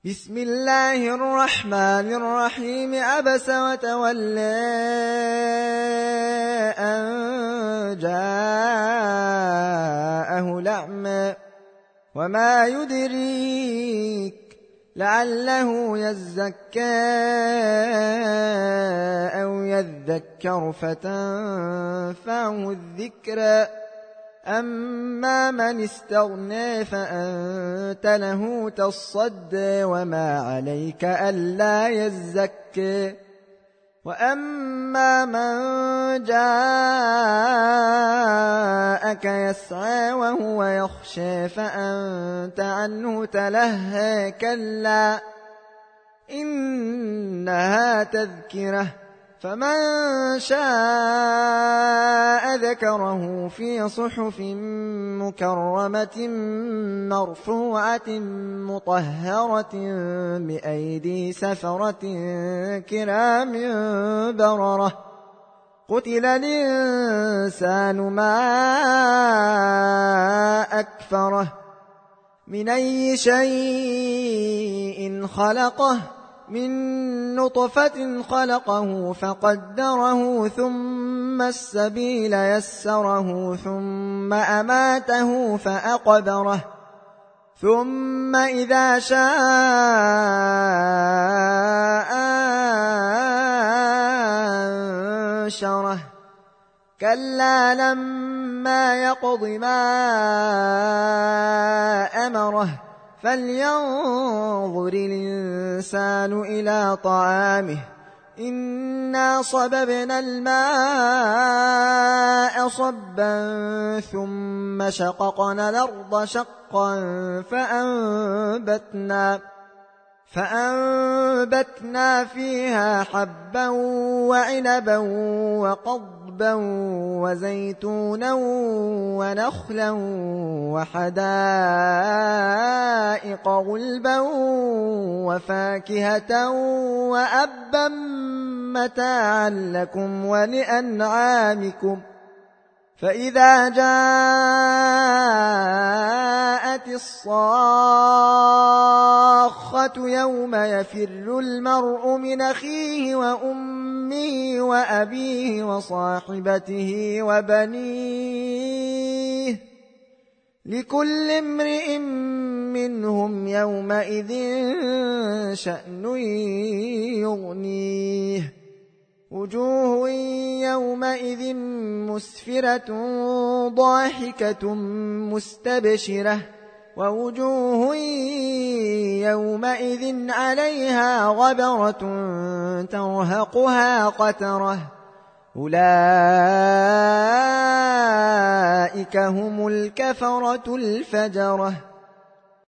بسم الله الرحمن الرحيم عبس وتولى أن جاءه الأعمى وما يدريك لعله يزكى أو يذكر فتنفعه الذكرى أما من استغنى فأنت له تصدى وما عليك ألا يزكى وأما من جاءك يسعى وهو يخشى فأنت عنه تلهى كلا إنها تذكرة فمن شاء ذكره في صحف مكرمة مرفوعة مطهرة بأيدي سفرة كرام بررة قتل الإنسان ما أكفره من أي شيء خلقه من نطفة خلقه فقدره ثم السبيل يسره ثم أماته فأقبره ثم إذا شاء أنشره كلا لما يقض ما أمره فلينظر الإنسان إلى طعامه إنا صببنا الماء صبا ثم شققنا الأرض شقا فأنبتنا فيها حبا وعنبا وقضبا وزيتونا ونخلا وحدائق غلبا وفاكهة وأبا متاعا لكم ولأنعامكم فإذا جاءت الصاخة يوم يفر المرء من أخيه وأمه وأبيه وصاحبته وبنيه لكل امرئ منهم يومئذ شأن يغنيه وجوه يومئذ مسفرة ضاحكة مستبشرة ووجوه يومئذ عليها غبرة ترهقها قترة أولئك هم الكفرة الفجرة